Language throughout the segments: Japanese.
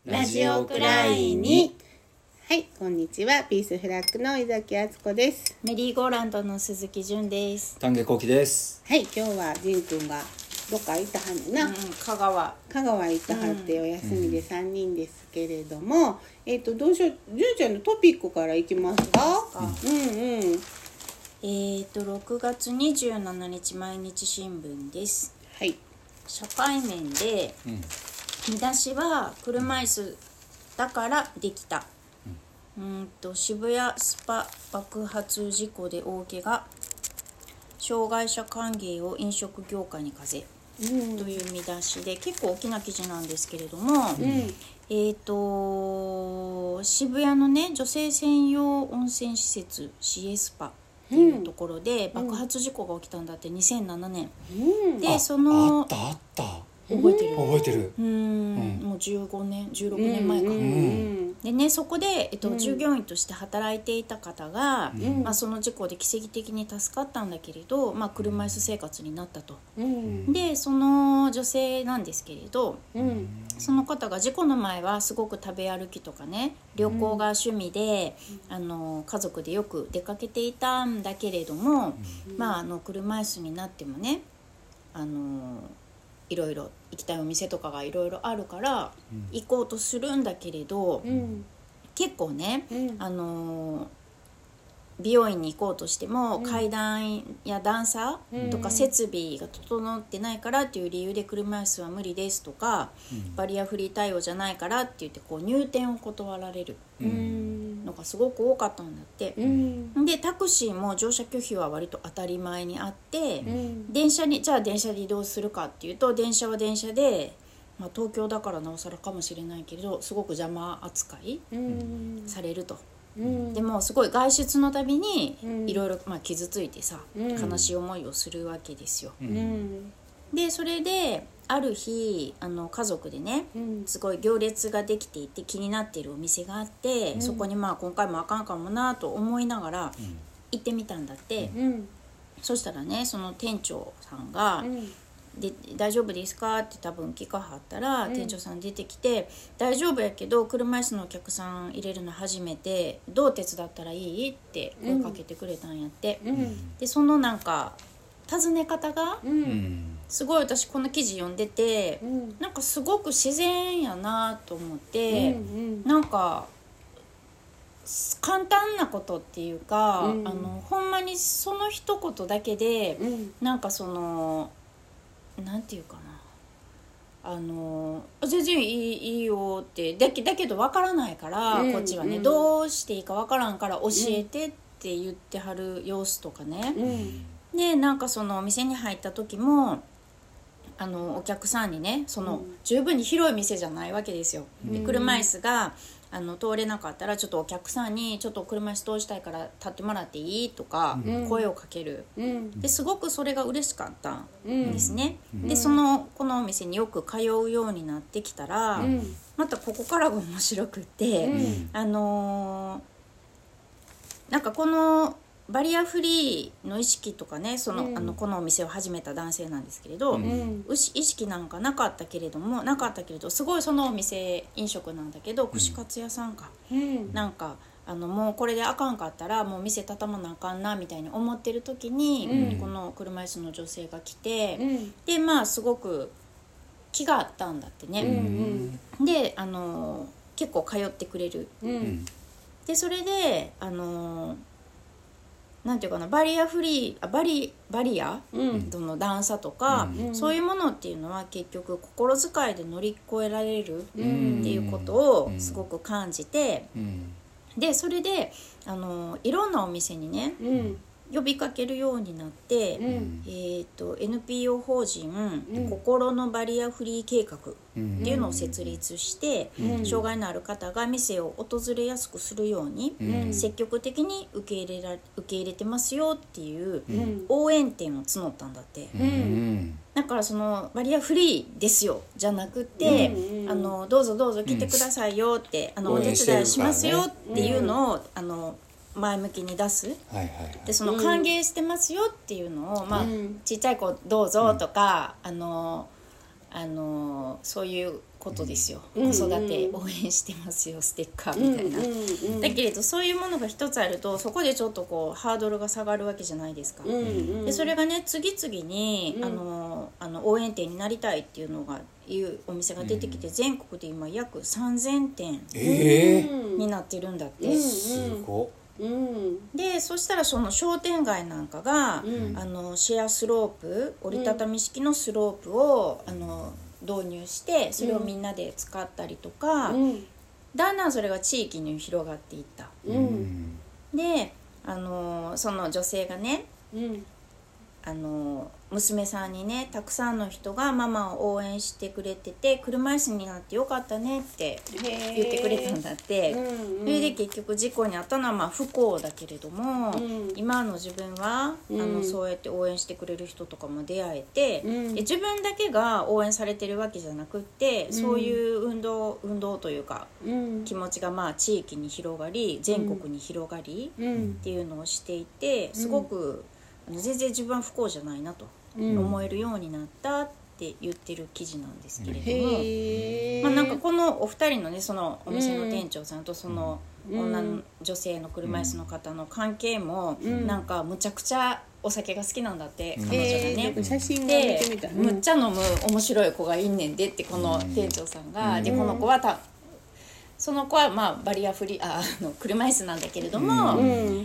ラジオくらいに。はい、こんにちは。ピースフラッグの井崎敦子です。 メリーゴーランドの鈴木純です。 丹下幸喜です。 はい、今日は仁くんがどっか行ったはんねな、 香川行ったはってお休みで3人ですけれども、どうしよう、純ちゃんのトピックからいきますか。 6月27日毎日新聞です。 はい。 社会面で、見出しは車椅子だからできた、渋谷スパ爆発事故で大怪我、障害者歓迎を飲食業界に風、という見出しで結構大きな記事なんですけれども、渋谷のね女性専用温泉施設シエスパっていうところで爆発事故が起きたんだって2007年、でそのあった覚えてる、 覚えてる。 もう15年16年前か、でねそこで、従業員として働いていた方が、その事故で奇跡的に助かったんだけれど、車椅子生活になったと、でその女性なんですけれど、その方が事故の前はすごく食べ歩きとかね旅行が趣味で、家族でよく出かけていたんだけれども、車椅子になってもねいろいろ行きたいお店とかがいろいろあるから行こうとするんだけれど、結構ね、美容院に行こうとしても、階段や段差とか設備が整ってないからっていう理由で車椅子は無理ですとか、バリアフリー対応じゃないからって言ってこう入店を断られるのがすごく多かったんだって、でタクシーも乗車拒否は割と当たり前にあって、電車で移動するかっていうと電車は電車で、東京だからなおさらかもしれないけれどすごく邪魔扱いされると。でもすごい外出のたびにいろいろ傷ついてさ、悲しい思いをするわけですよ、でそれである日家族でね、すごい行列ができていて気になっているお店があって、そこに今回もあかんかもなと思いながら行ってみたんだって、そしたらねその店長さんが、で大丈夫ですかって多分聞かはったら、店長さん出てきて、大丈夫やけど車椅子のお客さん入れるの初めて、どう手伝ったらいいって声かけてくれたんやって、でそのなんか尋ね方が、すごい私この記事読んでて、なんかすごく自然やなと思って、なんか簡単なことっていうか、ほんまにその一言だけで、なんかそのなんていうかな、全然いいよってだけど分からないから、こっちはね、どうしていいか分からんから教えてって言ってはる様子とかね、でなんかそのお店に入った時もお客さんにね十分に広い店じゃないわけですよ。で車椅子が通れなかったらちょっとお客さんにちょっと車椅子通したいから立ってもらっていいとか声をかける、ですごくそれが嬉しかったんですね、でこのお店によく通うようになってきたら、またここからが面白くって、なんかこのバリアフリーの意識とかね、このお店を始めた男性なんですけれど、意識なんかなかったけれどすごいそのお店飲食なんだけど串カツ屋さんか、なんかもうこれであかんかったらもう店畳まなあかんなみたいに思ってる時に、この車椅子の女性が来て、ですごく気があったんだってね、で結構通ってくれる、でそれでなんていうかな、バリアの段差とか、そういうものっていうのは結局心遣いで乗り越えられるっていうことをすごく感じて、でそれでいろんなお店にね、呼びかけるようになって、NPO 法人、心のバリアフリー計画っていうのを設立して、障害のある方が店を訪れやすくするように、積極的に受け入れてますよっていう応援店を募ったんだって、だからそのバリアフリーですよじゃなくて、どうぞどうぞ来てくださいよって、お手伝いしますよっていうのを前向きに出す、でその歓迎してますよっていうのを、ちっちゃい子どうぞとか、そういうことですよ、子育て応援してますよステッカーみたいな、だけれどそういうものが一つあるとそこでちょっとこうハードルが下がるわけじゃないですか、でそれがね次々に、応援店になりたいっていうのがいうお店が出てきて、全国で今約3000店になってるんだって、 すごっ。 でそしたらその商店街なんかが、シェアスロープ、折りたたみ式のスロープを導入してそれをみんなで使ったりとか、だんだんそれが地域に広がっていった、でその女性がね、娘さんにねたくさんの人がママを応援してくれてて車椅子になってよかったねって言ってくれたんだって、それで結局事故に遭ったのはまあ不幸だけれども、今の自分はそうやって応援してくれる人とかも出会えて、で自分だけが応援されてるわけじゃなくって、そういう運動というか、気持ちがまあ地域に広がり全国に広がりっていうのをしていて、すごく全然自分は不幸じゃないなと思えるようになったって言ってる記事なんですけれども、なんかこのお二人のねそのお店の店長さんとその女性の車椅子の方の関係もなんかむちゃくちゃお酒が好きなんだって、彼女がね、 写真を見てみたい、 むっちゃ飲む面白い子がいんねんでってこの店長さんが、でこの子はその子はまあバリアフリー車椅子なんだけれども、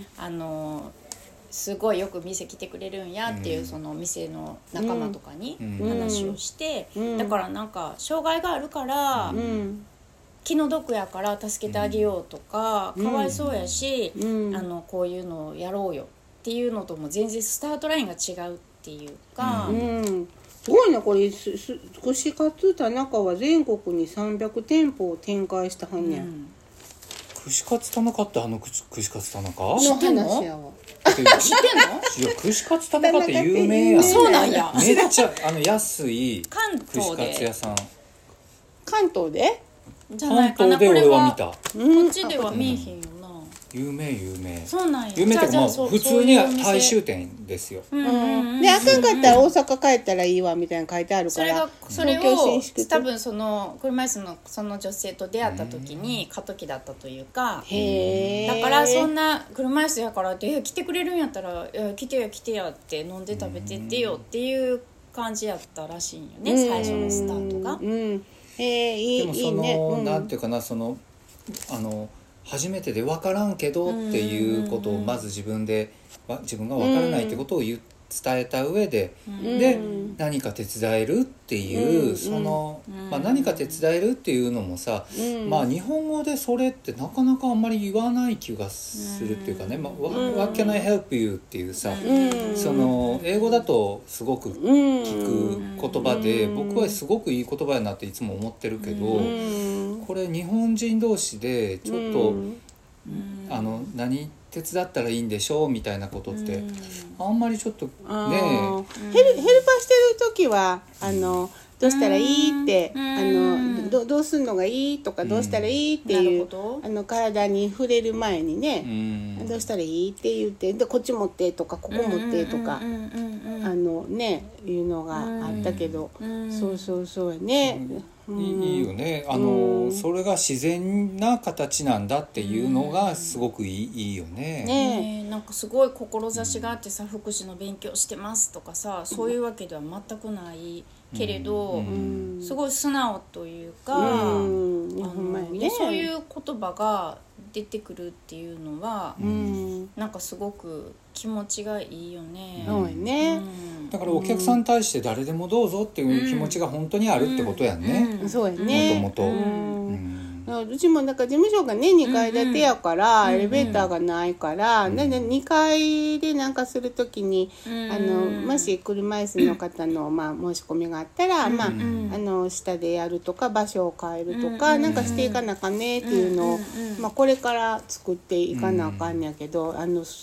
すごいよく店来てくれるんやっていうその店の仲間とかに話をして、だからなんか障害があるから気の毒やから助けてあげようとか、かわいそうやしこういうのをやろうよっていうのとも全然スタートラインが違うっていうか、 すごいなこれ。串カツ田中は全国に300店舗を展開したはんねん。 串カツ田中って串カツ田中知ってんの？ 話やわ。 知ってんの？ いや串カツ田中って有名やん。 そうなんや。 めっちゃ安い関東で串カツ屋さん。 関東で？ じゃないかな。 関東で俺は見た。 こっちでは見えへんよな。 有名。 そうなんや。 有名ってか普通に大衆店ですよ。 であかんかったら大阪帰ったらいいわみたいな書いてあるから。 それを多分その車椅子のその女性と出会った時に過渡期だったというか、だからそんな車椅子やからって来てくれるんやったら来てやって飲んで食べてってよっていう感じやったらしいんよね、最初のスタートが。 でもそのなんていうかな、その初めてで分からんけどっていうことをまず自分が分からないってことを伝えた上で、で何か手伝えるっていうその、何か手伝えるっていうのもさ、日本語でそれってなかなかあんまり言わない気がするっていうかね、What can I help you っていうさ、その英語だとすごく聞く言葉で、僕はすごくいい言葉やなっていつも思ってるけど、これ日本人同士でちょっと、何手伝ったらいいんでしょうみたいなことってあんまりちょっとね、 ヘルパーしてる時はどうしたらいいって、どうすんのがいいとか、どうしたらいいっていう、体に触れる前にね、どうしたらいいって言って、でこっち持ってとかここ持ってとかいうのがあったけど、そうやね。 いいよね。それが自然な形なんだっていうのがすごくいいよね。 なんかすごい志があってさ、福祉の勉強してますとかさ、そういうわけでは全くないけれど、すごい素直というか、そういう言葉が出てくるっていうのは、なんかすごく気持ちがいいよね。 だからお客さんに対して誰でもどうぞっていう気持ちが本当にあるってことやんね。 そうやね。 もともと。 うちもなんか事務所がね2階建てやから、エレベーターがないから、2階でなんかするときにもし車椅子の方の、申し込みがあったら、下でやるとか場所を変えるとか、なんかしていかなあかんねっていうのを、これから作っていかなあかんねやけど、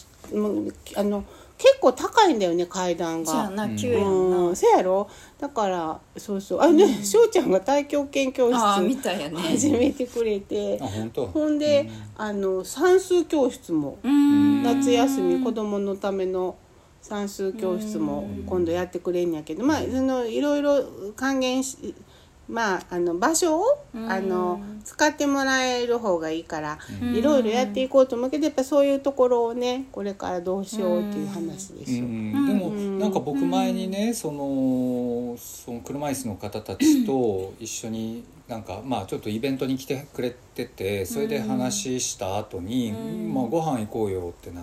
結構高いんだよね階段が。 そうやな、急やんな。 そうやろ。だからそう翔ちゃんが太極拳教室始めてくれて、ほんで算数教室も夏休み子供のための算数教室も今度やってくれんやけど、いろいろ還元場所を使ってもらえる方がいいからいろいろやっていこうと思うけど、やっぱそういうところをねこれからどうしようっていう話ですよ。 でもなんか僕前にねその車椅子の方たちと一緒になんかちょっとイベントに来てくれてて、それで話した後にご飯行こうよってなって、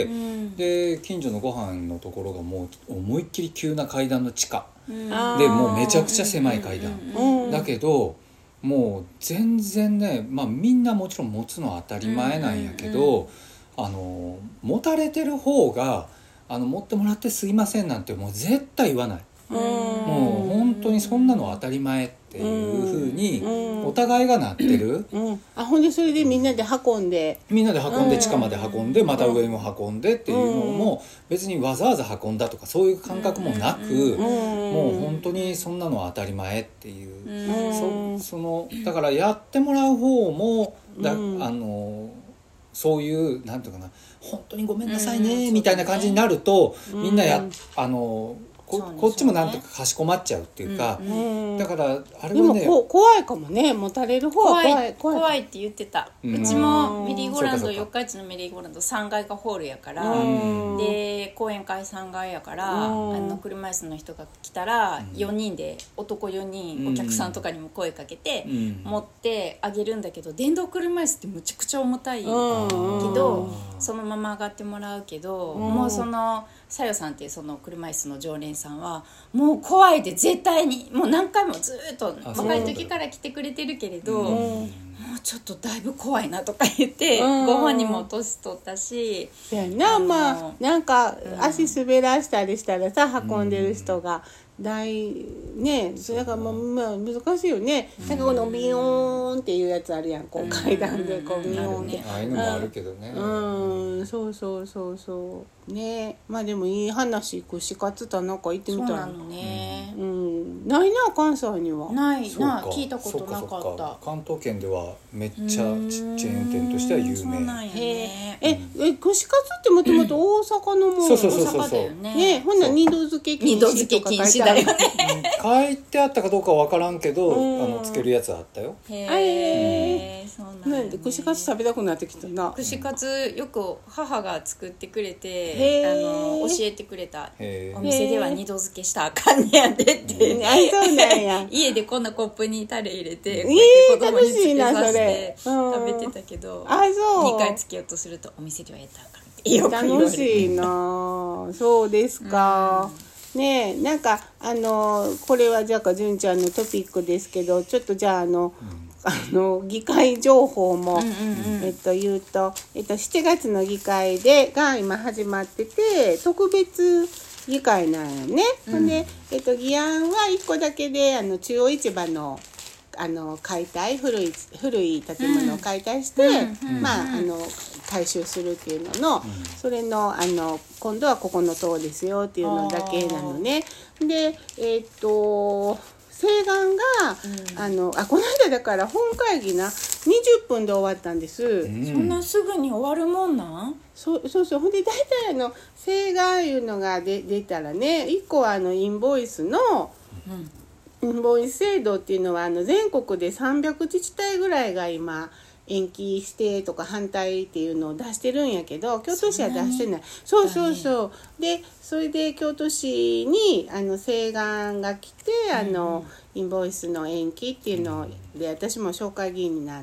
で近所のご飯のところがもう思いっきり急な階段の地下で、もうめちゃくちゃ狭い階段だけど、もう全然ね、みんなもちろん持つのは当たり前なんやけど、持たれてる方が持ってもらってすいませんなんてもう絶対言わない。もう本当にそんなの当たり前っていう風にお互いがなってる。 ほんでそれでみんなで運んで地下まで運んでまた上も運んでっていうのも別にわざわざ運んだとかそういう感覚もなく、もう本当にそんなのは当たり前っていう、だからやってもらう方もそういうなんていうかな、本当にごめんなさいねみたいな感じになると、みんなこっちもなんとかかしこまっちゃうっていうか、だからあれはねでも怖いかもね、持たれる方は怖いって言ってた。うちもメリーゴーランド、四日市のメリーゴーランド3階がホールやから、で講演会3階やから、車椅子の人が来たら4人で男4人お客さんとかにも声かけて持ってあげるんだけど、電動車椅子ってむちゃくちゃ重たいけどそのまま上がってもらうけど、もうさよさんっていうその車椅子の常連さんはもう怖いで絶対にもう何回もずっと若い時から来てくれてるけれど、もうちょっとだいぶ怖いなとか言って、ご本人も年取ったし、 なんか足滑らしたりしたらさ、運んでる人がそれが難しいよね。なんかこのビヨーンっていうやつあるやん、こう階段でこうビヨーンって、 ああいうのもあるけどね。 そうね。でもいい話、串カツ田中行ってみたい。そうなのね。 ないな、関西にはないな、聞いたことなかった。 関東圏ではめっちゃチェーン店としては有名。 そうなんやね。 串カツってもともと大阪のもん。 大阪だよね。 ほんなら二度漬け禁止だよね。 書いてあったかどうかは分からんけど、つけるやつあったよ。 そうなんで串カツ食べたくなってきたな。 串カツよく母が作ってくれて教えてくれた。お店では二度漬けしたらあかんねやでって。 そうなんや。 家でこんなコップにタレ入れて子供楽につけしいな、 させそれ。 て食べてたけど、 2 回つけようとするとお店ではやったらあかんってよく言われる。 楽しいな。そうですか。ねえ、なんかこれはじゃあ純ちゃんのトピックですけど、ちょっとじゃあ議会情報も言うと、7月の議会が今始まってて、特別議会なんよね。で議案は1個だけで中央市場の解体、古い建物を解体して、改修するっていうのの、それの今度はここの塔ですよっていうのだけなのね。で請願が、この間だから本会議な20分で終わったんです。 そんなすぐに終わるもんなん？ そうほんで大体請願いうのが出たらね、1個はインボイスの、インボイス制度っていうのは全国で300自治体ぐらいが今延期してとか反対っていうのを出してるんやけど、京都市は出してない。そうでそれで京都市に請願が来てインボイスの延期っていうので私も紹介議員になって、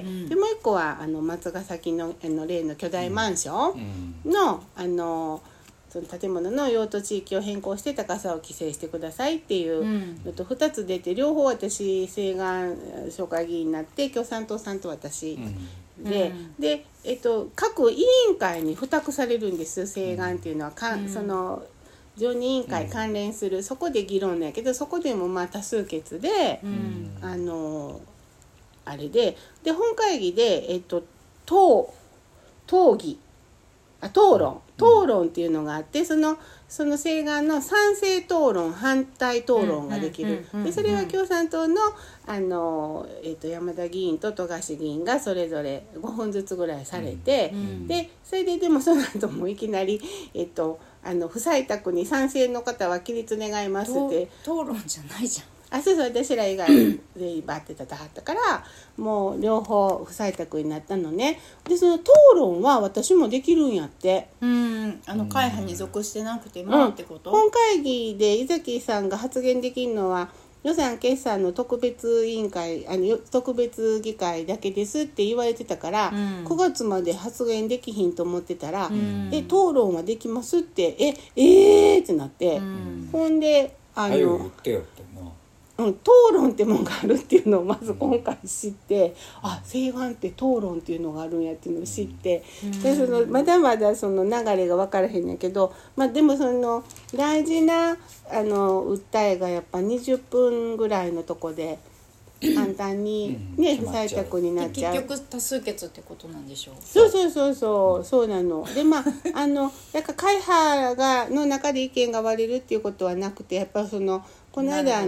でもう一個は松ヶ崎の例の巨大マンションの、その建物の用途地域を変更して高さを規制してくださいっていうのと2つ出て、両方私請願紹介議員になって、共産党さんと私で、各委員会に付託されるんです。請願っていうのはその常任委員会関連する、そこで議論なんやけど、そこでも多数決で、あれで本会議で討論っていうのがあって、その請願の賛成討論反対討論ができる。でそれは共産党の山田議員と富樫議員がそれぞれ5分ずつぐらいされて、でそれでもその後もいきなり不採択に賛成の方は起立願いますって。 討論じゃないじゃん。 そう私ら以外で威張ってたはったからもう両方不採択になったのね。でその討論は私もできるんやって。 会派に属してなくてもってこと？ 本会議で井崎さんが発言できるのは予算決算の特別委員会特別議会だけですって言われてたから、9月まで発言できひんと思ってたら、討論はできますってってなって、ほんで言ってよって討論ってもんがあるっていうのをまず今回知って、請願って討論っていうのがあるんやっていうのを知って、でまだまだその流れが分からへんねんけど、でもその大事な訴えがやっぱ20分ぐらいのとこで簡単にね、不採択になっちゃう。 結局多数決ってことなんでしょう。 そうなの。でやっぱ会派の中で意見が割れるっていうことはなくて、やっぱこの間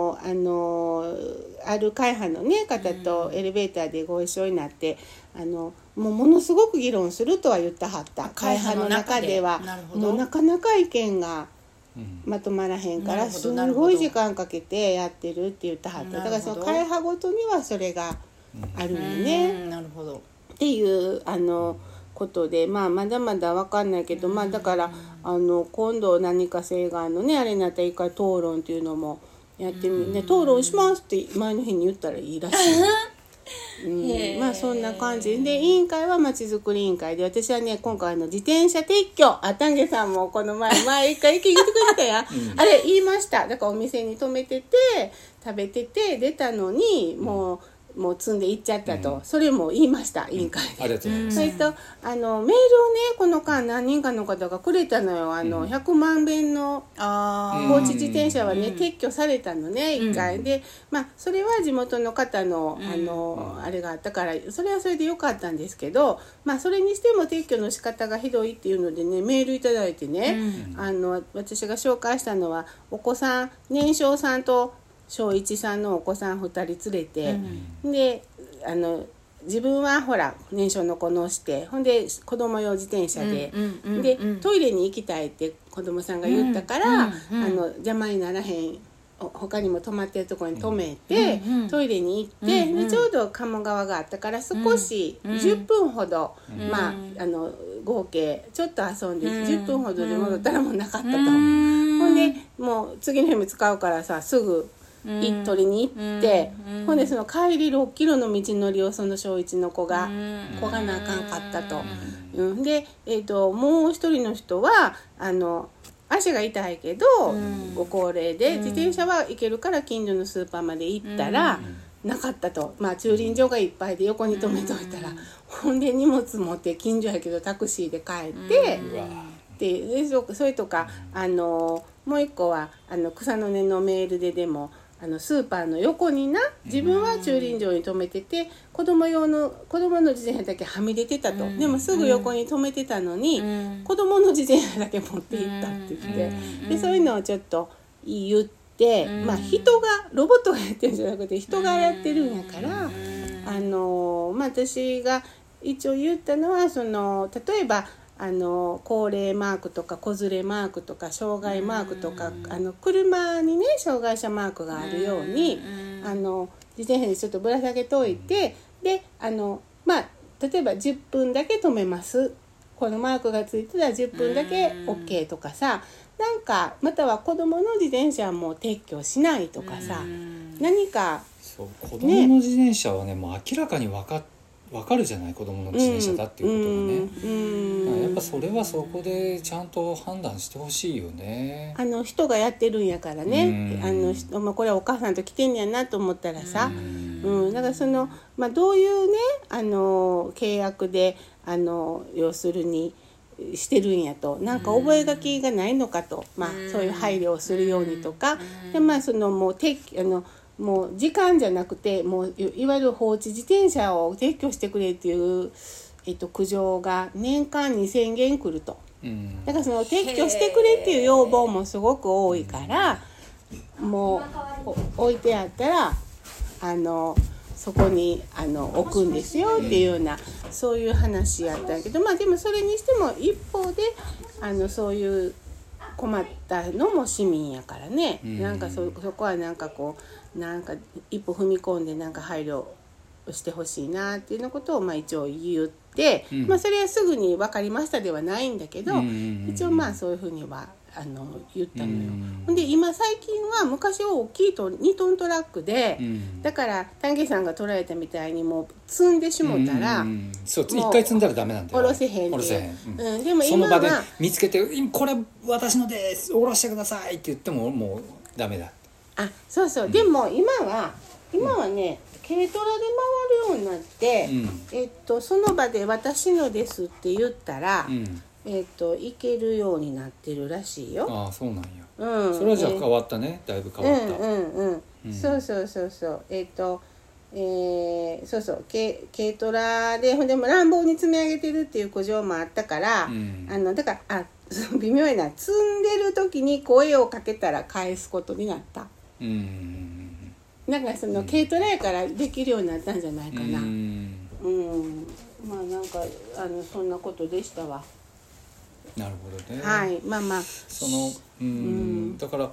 ある会派の、ね、方とエレベーターでご一緒になってものすごく議論するとは言ったはった。会派の中ではもうなかなか意見がまとまらへんからすごい時間かけてやってるって言ったはった。だからその会派ごとにはそれがあるよね。 なるほどっていうことで、まだまだ分かんないけど、だから今度何か請願のねあれになったら一回討論っていうのもやってみるね。討論しますって前の日に言ったらいいらしい。そんな感じで委員会はまちづくり委員会で、私はね今回自転車撤去丹下さんもこの前一回意見言ってくれたやん、あれ言いました。だからお店に止めてて食べてて出たのにもう積んでいっちゃったと、それも言いました委員会で。 ありがとうございます。 それとメールをねこの間何人かの方がくれたのよ。100万遍の放置自転車はね、撤去されたのね1回で、それは地元の方のあれがあったからそれはそれでよかったんですけど、それにしても撤去の仕方がひどいっていうのでねメールいただいてね、私が紹介したのはお子さん年少さんと小1さんのお子さん2人連れて、で自分はほら年少の子乗してほんで子供用自転車で、トイレに行きたいって子供さんが言ったから、邪魔にならへん他にも止まってるところに止めて、トイレに行って、でちょうど鴨川があったから少し10分ほど、合計ちょっと遊んで10分ほどで戻ったらもうなかったと。ほんでもう次の日も使うからさすぐ取りに行って、ほんでその帰り6キロの道のりをその小1の子がなあかんかったと。で、もう一人の人は足が痛いけど、ご高齢で自転車は行けるから近所のスーパーまで行ったら、なかったと。駐輪場がいっぱいで横に止めといたら、ほんで荷物持って近所やけどタクシーで帰って、でそれとかもう一個は草の根のメールでもスーパーの横にな自分は駐輪場に止めてて子供の自転車だけはみ出てたと。でもすぐ横に止めてたのに、子供の自転車だけ持って行ったって言って、でそういうのをちょっと言って、人がロボットがやってるんじゃなくて人がやってるんやから、私が一応言ったのは例えば高齢マークとか子連れマークとか障害マークとか車にね障害者マークがあるように自転車にちょっとぶら下げておいて、で例えば10分だけ止めますこのマークがついてたら10分だけ OK とかさ、なんかまたは子どもの自転車も撤去しないとかさ、何か子どもの自転車はねもう明らかに分かるじゃない子供の自転車だっていうことがね、やっぱそれはそこでちゃんと判断してほしいよね。 人がやってるんやからね、これはお母さんと来てんやなと思ったらさ、だからどういうね契約で要するにしてるんやと、なんか覚書がないのかと、そういう配慮をするようにとか、でもう時間じゃなくてもういわゆる放置自転車を撤去してくれっていう、苦情が年間2000件来ると、だから撤去してくれっていう要望もすごく多いから、もう置いてあったらそこに置くんですよっていうようなそういう話やったんやけど、でもそれにしても一方でそういう困ったのも市民やからね、 うん、 なんかそこはなんかこうなんか一歩踏み込んでなんか配慮してほしいなっていうのことを一応言って、 うん、 それはすぐに分かりましたではないんだけど、一応そういうふうには言ったのよ。ほんで今最近は昔は大きいと2トントラックで、だから丹下さんが捉えたみたいにもう積んでしもたら、 そう一回積んだらダメなんだよ。 下ろせへんで、でも今はその場で見つけてこれ私のです下ろしてくださいって言ってももうダメだ。 あ、そうそう、でも今はね、軽トラで回るようになって、その場で私のですって言ったら、行けるようになってるらしいよ。 ああ、そうなんや。それはじゃあ変わったね、だいぶ変わった。 そうそうそうそう。そうそう軽トラでほんでも乱暴に積み上げてるっていう苦情もあったから、だから微妙やな、積んでる時に声をかけたら返すことになった。なんかその軽トラやからできるようになったんじゃないかな。なんかそんなことでしたわ。 なるほどね。 はい、 そのだから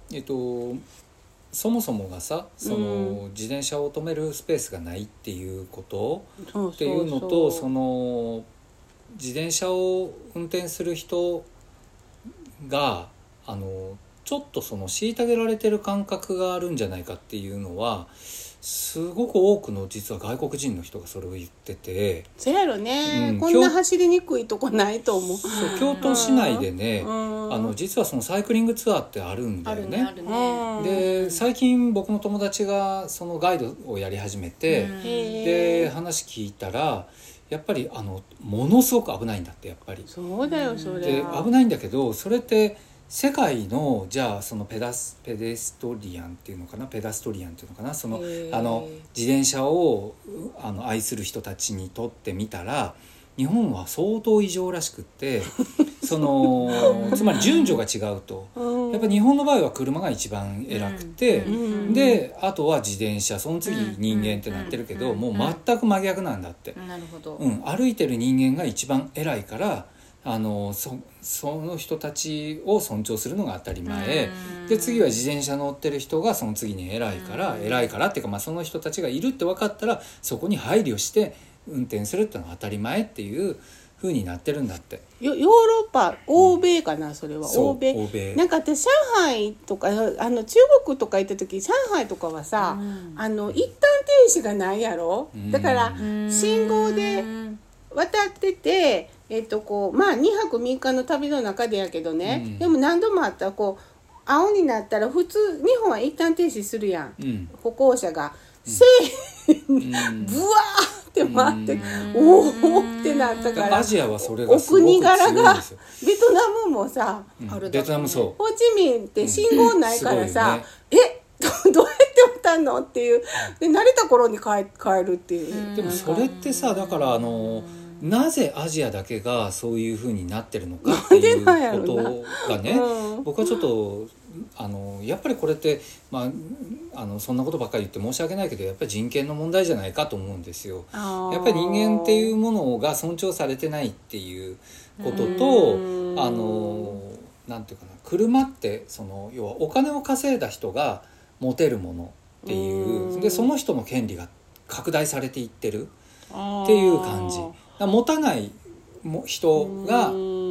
そもそもがさ、その自転車を止めるスペースがないっていうことっていうのと、その自転車を運転する人がちょっとその虐げられてる感覚があるんじゃないかっていうのはすごく多くの実は外国人の人がそれを言ってて、 そうやろね、こんな走りにくいとこないと思う。 そう京都市内でね、実はそのサイクリングツアーってあるんだよね。 あるね。 で最近僕の友達がそのガイドをやり始めて、で話聞いたらやっぱりものすごく危ないんだって。やっぱりそうだよ、それで危ないんだけど、それって世界のじゃあそのペデストリアンっていうのかな、その自転車を愛する人たちにとってみたら日本は相当異常らしくってそのつまり順序が違うと、やっぱり日本の場合は車が一番偉くて、であとは自転車、その次人間ってなってるけど、もう全く真逆なんだって。 なるほど。 歩いてる人間が一番偉いからその人たちを尊重するのが当たり前で、次は自転車乗ってる人がその次に偉いからっていうか、その人たちがいるって分かったらそこに配慮して運転するってのは当たり前っていう風になってるんだって。 ヨーロッパ、欧米かな、それは欧米。なんか私上海とか中国とか行った時、上海とかはさ、一旦停止がないやろ。だから信号で渡ってて2泊3日の旅の中でやけどね、でも何度もあったら青になったら普通日本は一旦停止するやん、歩行者がせーブワーって回って、おおってなったから、 アジアはそれがすごお国く強い柄がんですよ。 ベトナムもさ、 ベトナムそう、 ホーチミンって信号ないからさ、どうやって渡んのっていうで、慣れた頃に帰るっていう。 でもそれってさ、だからなぜアジアだけがそういう風になってるのかっていうことがね、僕はちょっとやっぱりこれって、そんなことばっかり言って申し訳ないけど、やっぱり人権の問題じゃないかと思うんですよ。やっぱり人間っていうものが尊重されてないっていうことと、なんていうかな、車って要はお金を稼いだ人が持てるものっていうで、その人の権利が拡大されていってるっていう感じ。持たない人が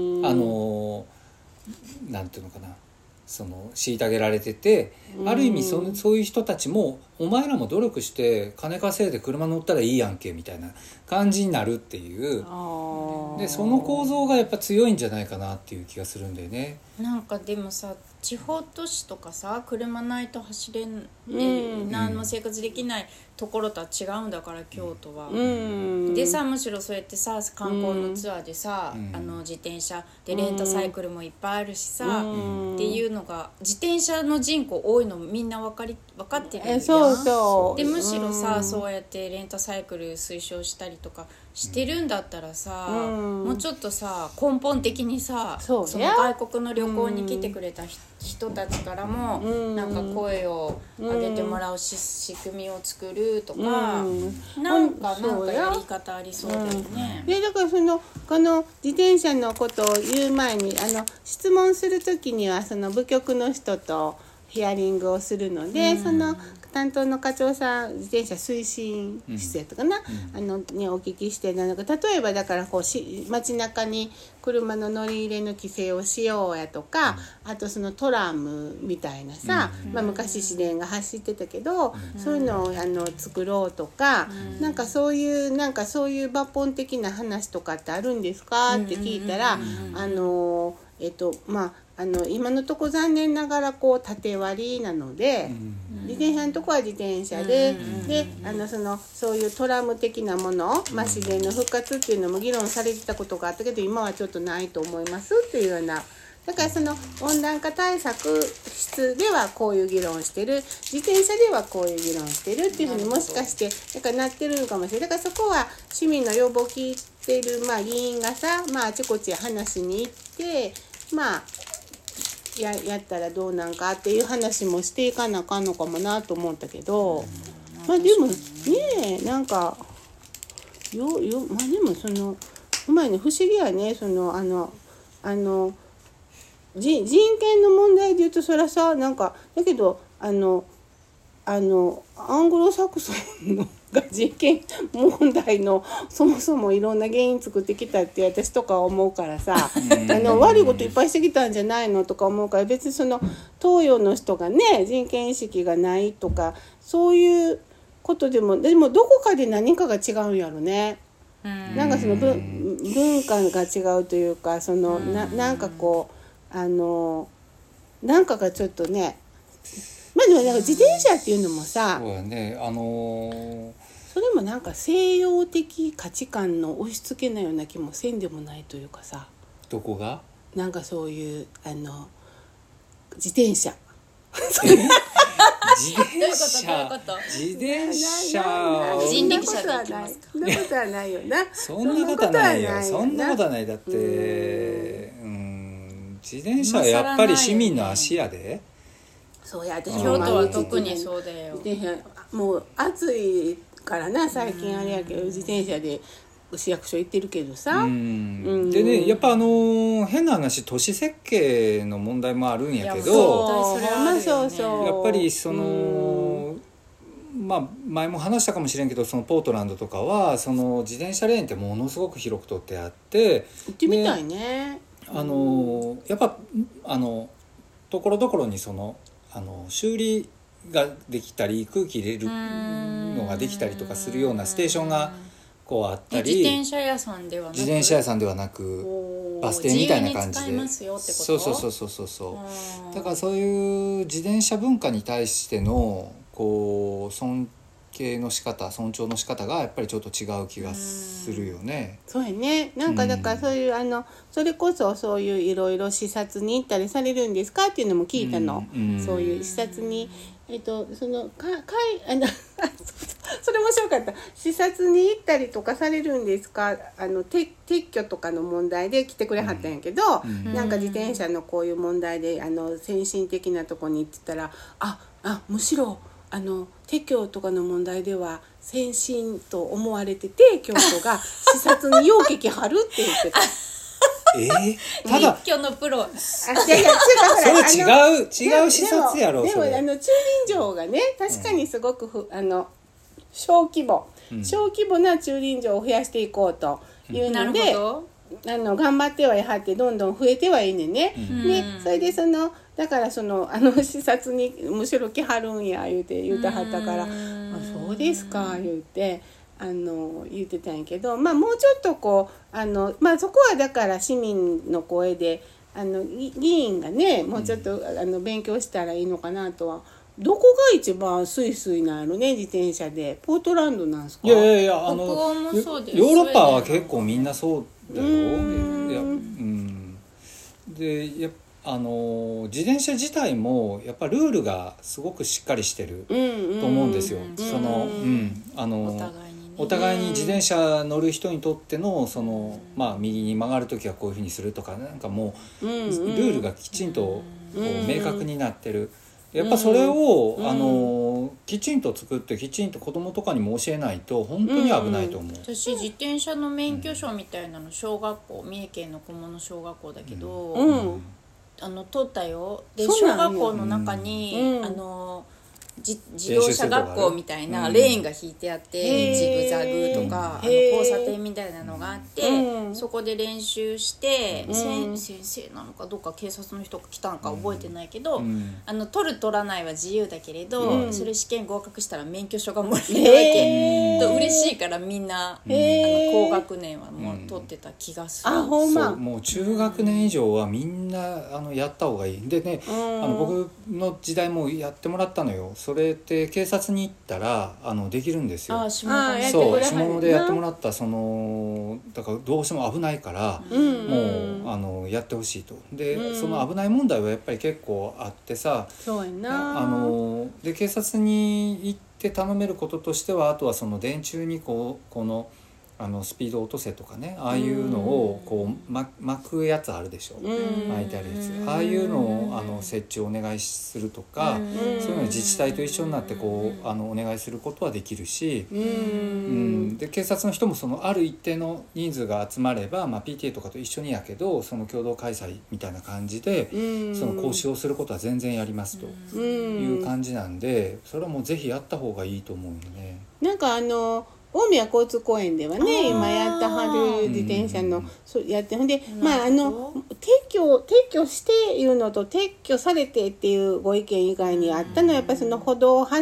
なんていうのかな、虐げられてて、ある意味そういう人たちもお前らも努力して金稼いで車乗ったらいいやんけみたいな感じになるっていう、でその構造がやっぱ強いんじゃないかなっていう気がするんだよね。 なんかでもさ、地方都市とかさ、車ないと走れん、何も生活できないところとは違うんだから、京都は。でさ、むしろそうやってさ、観光のツアーでさ、自転車でレンタサイクルもいっぱいあるしさ、っていうのが、自転車の人口多いのみんな分かってるんやん。でむしろさ、そうやってレンタサイクル推奨したりとかしてるんだったらさ、もうちょっとさ、根本的にさ、その外国の旅行に来てくれた人たちからもなんか声を上げてももらう仕組みを作るとか、なんかやり方ありそうだよね。 でだからこの自転車のことを言う前に質問する時にはその部局の人とヒアリングをするので、その担当の課長さん、自転車推進室やったかな、にお聞きして、なんか例えばだから街中に車の乗り入れの規制をしようやとか、あとそのトラムみたいなさ、昔市電が走ってたけど、そういうのを作ろうとか、なんかそういう抜本的な話とかってあるんですかって聞いたら、今のとこ残念ながら縦割りなので、自転車のとこは自転車で、そういうトラム的なもの、自然の復活っていうのも議論されてたことがあったけど、今はちょっとないと思いますっていうような。だからその温暖化対策室ではこういう議論してる、自転車ではこういう議論してるっていうふうにもしかしてだからなってるのかもしれない。だからそこは市民の要望を聞いてる議員がさ、あちこち話しに行ってやったらどうなんかっていう話もしていかなあかんのかもなと思ったけど、でもねなんかでもうまいね、不思議やね、人権の問題で言うとそらさ、なんかだけどアングロサクソンのが人権問題のそもそもいろんな原因作ってきたって私とか思うからさ悪いこといっぱいしてきたんじゃないのとか思うから、別にその東洋の人がね人権意識がないとかそういうことでもどこかで何かが違うんやろね。なんかその文化が違うというか、なんかなんかがちょっとね、でもなんか自転車っていうのもさ、 そうやね、 それもなんか西洋的価値観の押し付けなような気もせんでもないというかさ。 どこが？ なんかそういう自転車自転車人力車で行きますか？ そんなことはないよな。 そんなことはないよ。そんなことはない。だって自転車はやっぱり市民の足やで。 そうや、私京都は特にそうだよ。 もう暑いからな、最近あれやけど自転車で市役所行ってるけどさ。でね、やっぱ変な話、都市設計の問題もあるんやけど、やっぱり前も話したかもしれんけど、そのポートランドとかはその自転車レーンってものすごく広くとってあって、 行ってみたいね。 やっぱところどころに修理ができたり空気入れるのができたりとかするようなステーションがあったり、 自転車屋さんではなくバス停みたいな感じで、そうだからそういう自転車文化に対しての尊敬の仕方、尊重の仕方がやっぱりちょっと違う気がするよね。 そうやね。なんかだからそういうそれこそそういういろいろ視察に行ったりされるんですかっていうのも聞いたの。そういう視察にそれ面白かった。視察に行ったりとかされるんですか、撤去とかの問題で来てくれはったんやけど、なんか自転車のこういう問題で先進的なとこに行ってたら、むしろ撤去とかの問題では先進と思われてて、京都が視察にようけきはるって言ってた。 ただ撤去のプロ。 それ違う視察やろ。 でも駐輪場がね、確かにすごく小規模な駐輪場を増やしていこうというので、頑張ってはやはってどんどん増えてはいいねんね。でそれでだから視察にむしろ来はるんや言うてはったから、そうですか言うて言ってたんやけど、もうちょっとそこはだから市民の声で議員がねもうちょっと勉強したらいいのかなとは。どこが一番スイスイなのね、自転車で。ポートランドなんですか？ 北欧もそうです。 ヨーロッパは結構みんなそうだよ。で自転車自体もやっぱルールがすごくしっかりしてると思うんですよ。お互いに自転車乗る人にとっての右に曲がるときはこういうふうにするとか、なんかもうルールがきちんと明確になってる。やっぱそれをきちんと作ってきちんと子供とかにも教えないと本当に危ないと思う。 私自転車の免許証みたいなの小学校、三重県の菰野小学校だけど、取ったよ。で小学校の中に、自動車学校みたいなレーンが引いてあって、ジグザグとか交差点みたいなのがあって、そこで練習して、先生なのかどうか警察の人が来たのか覚えてないけど、取る取らないは自由だけれど、それ試験合格したら免許証がもらえるわけ、と嬉しいからみんな、高学年はもう取ってた気がする。 そうもう中学年以上はみんなやった方がいい。でね、僕の時代もやってもらったのよ。それって警察に行ったらできるんですよ。 下野でやってもらっただからどうしても危ないから、もうやってほしいと。で、その危ない問題はやっぱり結構あってさ、 そうやな。 で警察に行って頼めることとしては、あとはその電柱にこのスピードを落とせとかね、ああいうのをこう巻くやつあるでしょ、巻いてあるやつ、ああいうのを設置をお願いするとか、そういうのを自治体と一緒になってこうお願いすることはできるし、で警察の人もそのある一定の人数が集まれば、PTA とかと一緒にやけど、その共同開催みたいな感じで、その講習をすることは全然やりますという感じなんで、それはもうぜひやった方がいいと思うよね。 なんか大宮交通公園ではね、今やったはる自転車の、やってほんで、撤去していうのと撤去されてっていうご意見以外にあったのは、やっぱりその歩道を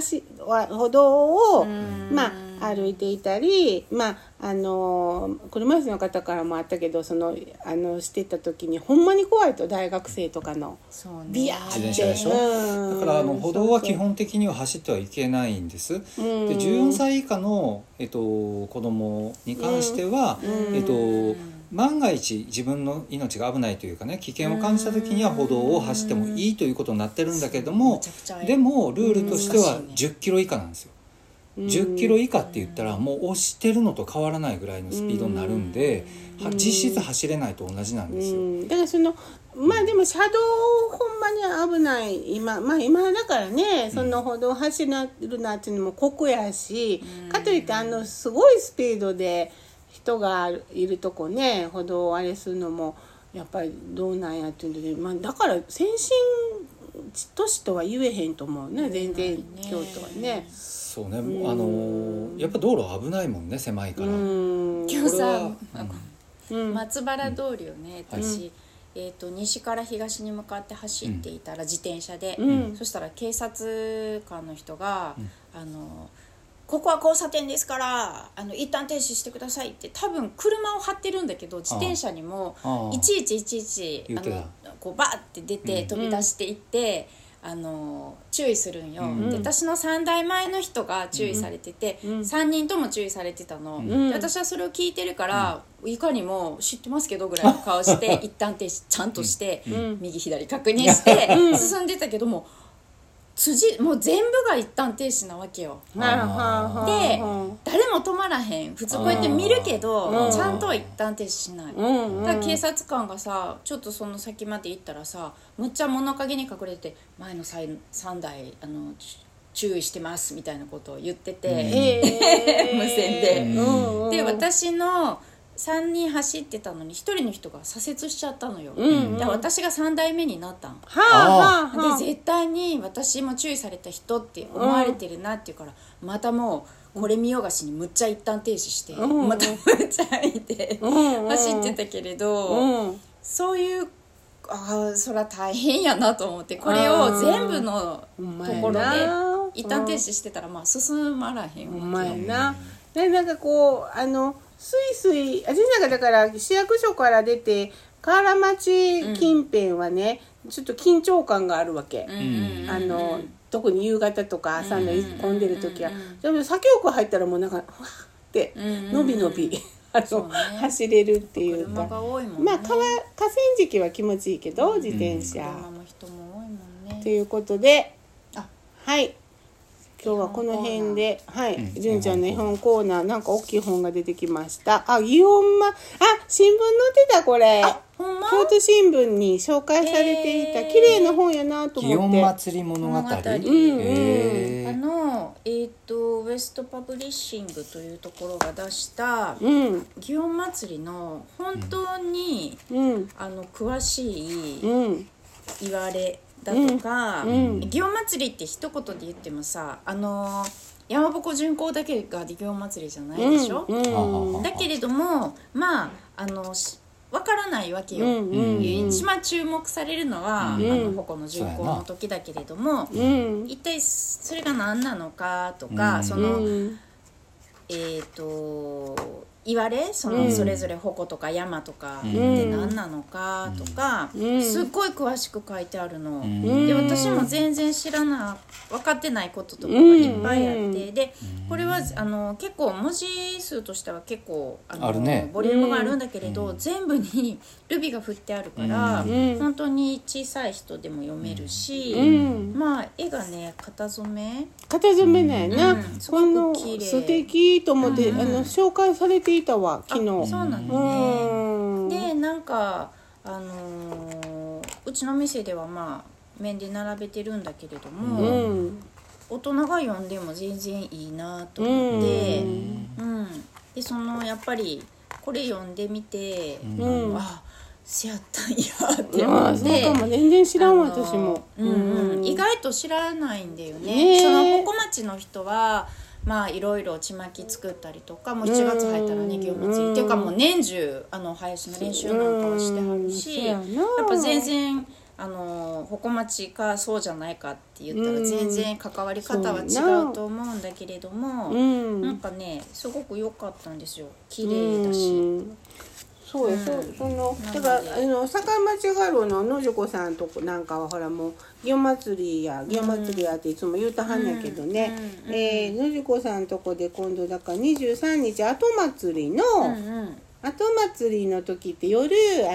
歩いていたり、車椅子の方からもあったけど、してた時にほんまに怖いと、大学生とかのビヤーって自転車でしょ、だから歩道は基本的には走ってはいけないんです。で14歳以下の、子供に関しては、万が一自分の命が危ないというかね、危険を感じた時には歩道を走ってもいいということになってるんだけども、でもルールとしては10キロ以下なんですよ。10キロ以下って言ったらもう押してるのと変わらないぐらいのスピードになるんで、実質走れないと同じなんですよ。 だからでも車道ほんまに危ない、今だからね、その歩道走るなっていうのも酷やし、かといってすごいスピードで人がいるとこね、歩道をあれするのもやっぱりどうなんやっていうので、だから先進都市とは言えへんと思うね、全然京都はね。 そうね、やっぱ道路危ないもんね、狭いから。 今日さ、松原通りをね、私、西から東に向かって走っていたら、自転車で、そしたら警察官の人が、ここは交差点ですから一旦停止してくださいって、多分車を張ってるんだけど、自転車にもいちいちこうバーって出て飛び出していって、注意するんよ、で私の3台前の人が注意されてて、3人とも注意されてたの、で私はそれを聞いてるから、いかにも知ってますけどぐらいの顔して一旦停止ちゃんとして、右左確認して進んでたけども、もう全部が一旦停止なわけよ。で誰も止まらへん、普通こうやって見るけどちゃんとは一旦停止しない。だから警察官がさ、ちょっとその先まで行ったらさ、むっちゃ物陰に隠れて、前の3台注意してますみたいなことを言ってて、無線で。で私の3人走ってたのに1人の人が左折しちゃったのよ、で私が3台目になったん、で絶対に私も注意された人って思われてるなっていうから、またもうこれ見よがしにむっちゃ一旦停止して、またむっちゃいて走ってたけれど、そういうそりゃ大変やなと思って、これを全部のところで一旦停止してたら進まらへんわけよ。 なんかこうスイスイ私なんかだから市役所から出て河原町近辺はね、ちょっと緊張感があるわけ、特に夕方とか朝の混んでる時は、でも先奥入ったらもうなんかわーってのびのび走れるっていうか、河川敷は気持ちいいけど、自転車車も人も多いもんね。 ということで、はい今日はこの辺で、純ちゃんの絵本コーナー、なんか大きい本が出てきました。新聞載ってた、これ。京都新聞に紹介されていた綺麗な本やなと思って。 祇園祭物語。 ウエストパブリッシングというところが出したうん祇園祭の本当に、 うん詳しいうん言われだとか、 うん祇園祭って一言で言ってもさ山鉾巡行だけが祇園祭じゃないでしょ、 うんだけれどもまあ分からないわけよ、 うんうん一番注目されるのは、 うん鉾の巡行の時だけれども、 うん一体それが何なのかとか、そのうん言われそれぞれ鉾とか山とかって何なのかとか、すっごい詳しく書いてあるの、で私も全然分かってないこととかがいっぱいあって、でこれは結構文字数としては結構あるねボリュームがあるんだけれど、全部にルビが振ってあるから、本当に小さい人でも読めるし、まあ絵がね型染めなんやな、 すごく綺麗素敵と思って、紹介されていたわ昨日。 そうなのね。でなんかうちの店ではまあ面で並べてるんだけれども、大人が読んでも全然いいなと思って、でやっぱりこれ読んでみて、あせやったんやって思って、 そうかも全然知らんわ私も、 意外と知らないんだよね。その鉾町の人はまあいろいろちまき作ったりとか、もう7月入ったらね祇園祭っていうかもう年中林の練習なんかはしてはるし、やっぱ全然鉾町かそうじゃないかって言ったら全然関わり方は違うと思うんだけれども、なんかねすごく良かったんですよ。綺麗だし。 そうや、だから坂町画廊の野宿さんとこなんかはほらもう祇園祭りやっていつも言うたはんやけどね、野宿さんとこで今度だから23日後祭りの時って夜あ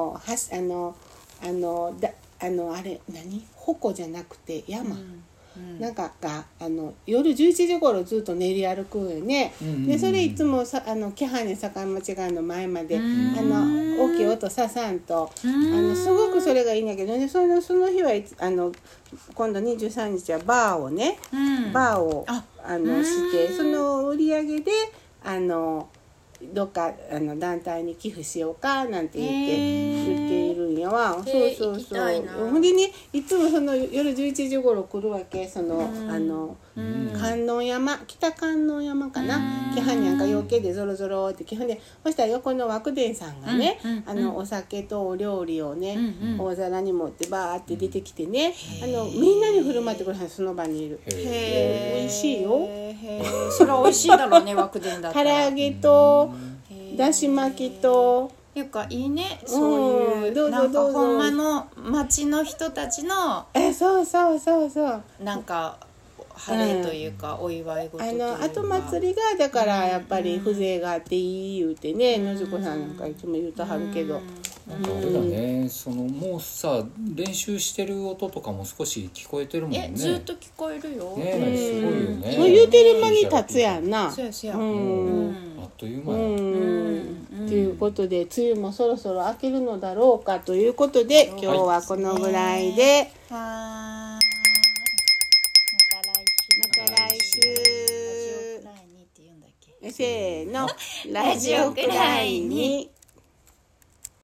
れ何鉾じゃなくて山、なんかが夜11時頃ずっと練り歩くよね、でそれいつもキハネ坂町側の前まで大きい音ささんとすごくそれがいいんだけどね、その日は今度23日はバーをしてその売り上げでどっか団体に寄付しようかなんて言っているんやわ。そうほんでねいつも夜11時頃来るわけ。観音山北観音山かな、木はにゃんか養鶏でゾロゾロって基本で、そしたら横の和久伝さんがね、お酒とお料理をね、大皿に持ってバーって出てきてね、みんなに振る舞ってくれはん、その場にいる。美味しいよ。 それは美味しいだろうね和久伝だったら。 唐揚げとだし巻きというかいいね、そういうなんかほんまの町の人たちのそうなんか晴れというか、お祝い事というか後祭りがだからやっぱり風情があっていい言うてね、野宿さんなんかいつも言うとはるけど、 なんかあれだね、もうさ練習してる音とかも少し聞こえてるもんね。 ずっと聞こえるよ。 ねすごいよね。 もう言うてる間に立つやんな。 そうやそうや。 あっという間や。 ということで梅雨もそろそろ明けるのだろうかということで、今日はこのぐらいで、 また来週ラジオくらいにって言うんだっけ。 せーのラジオくらいに。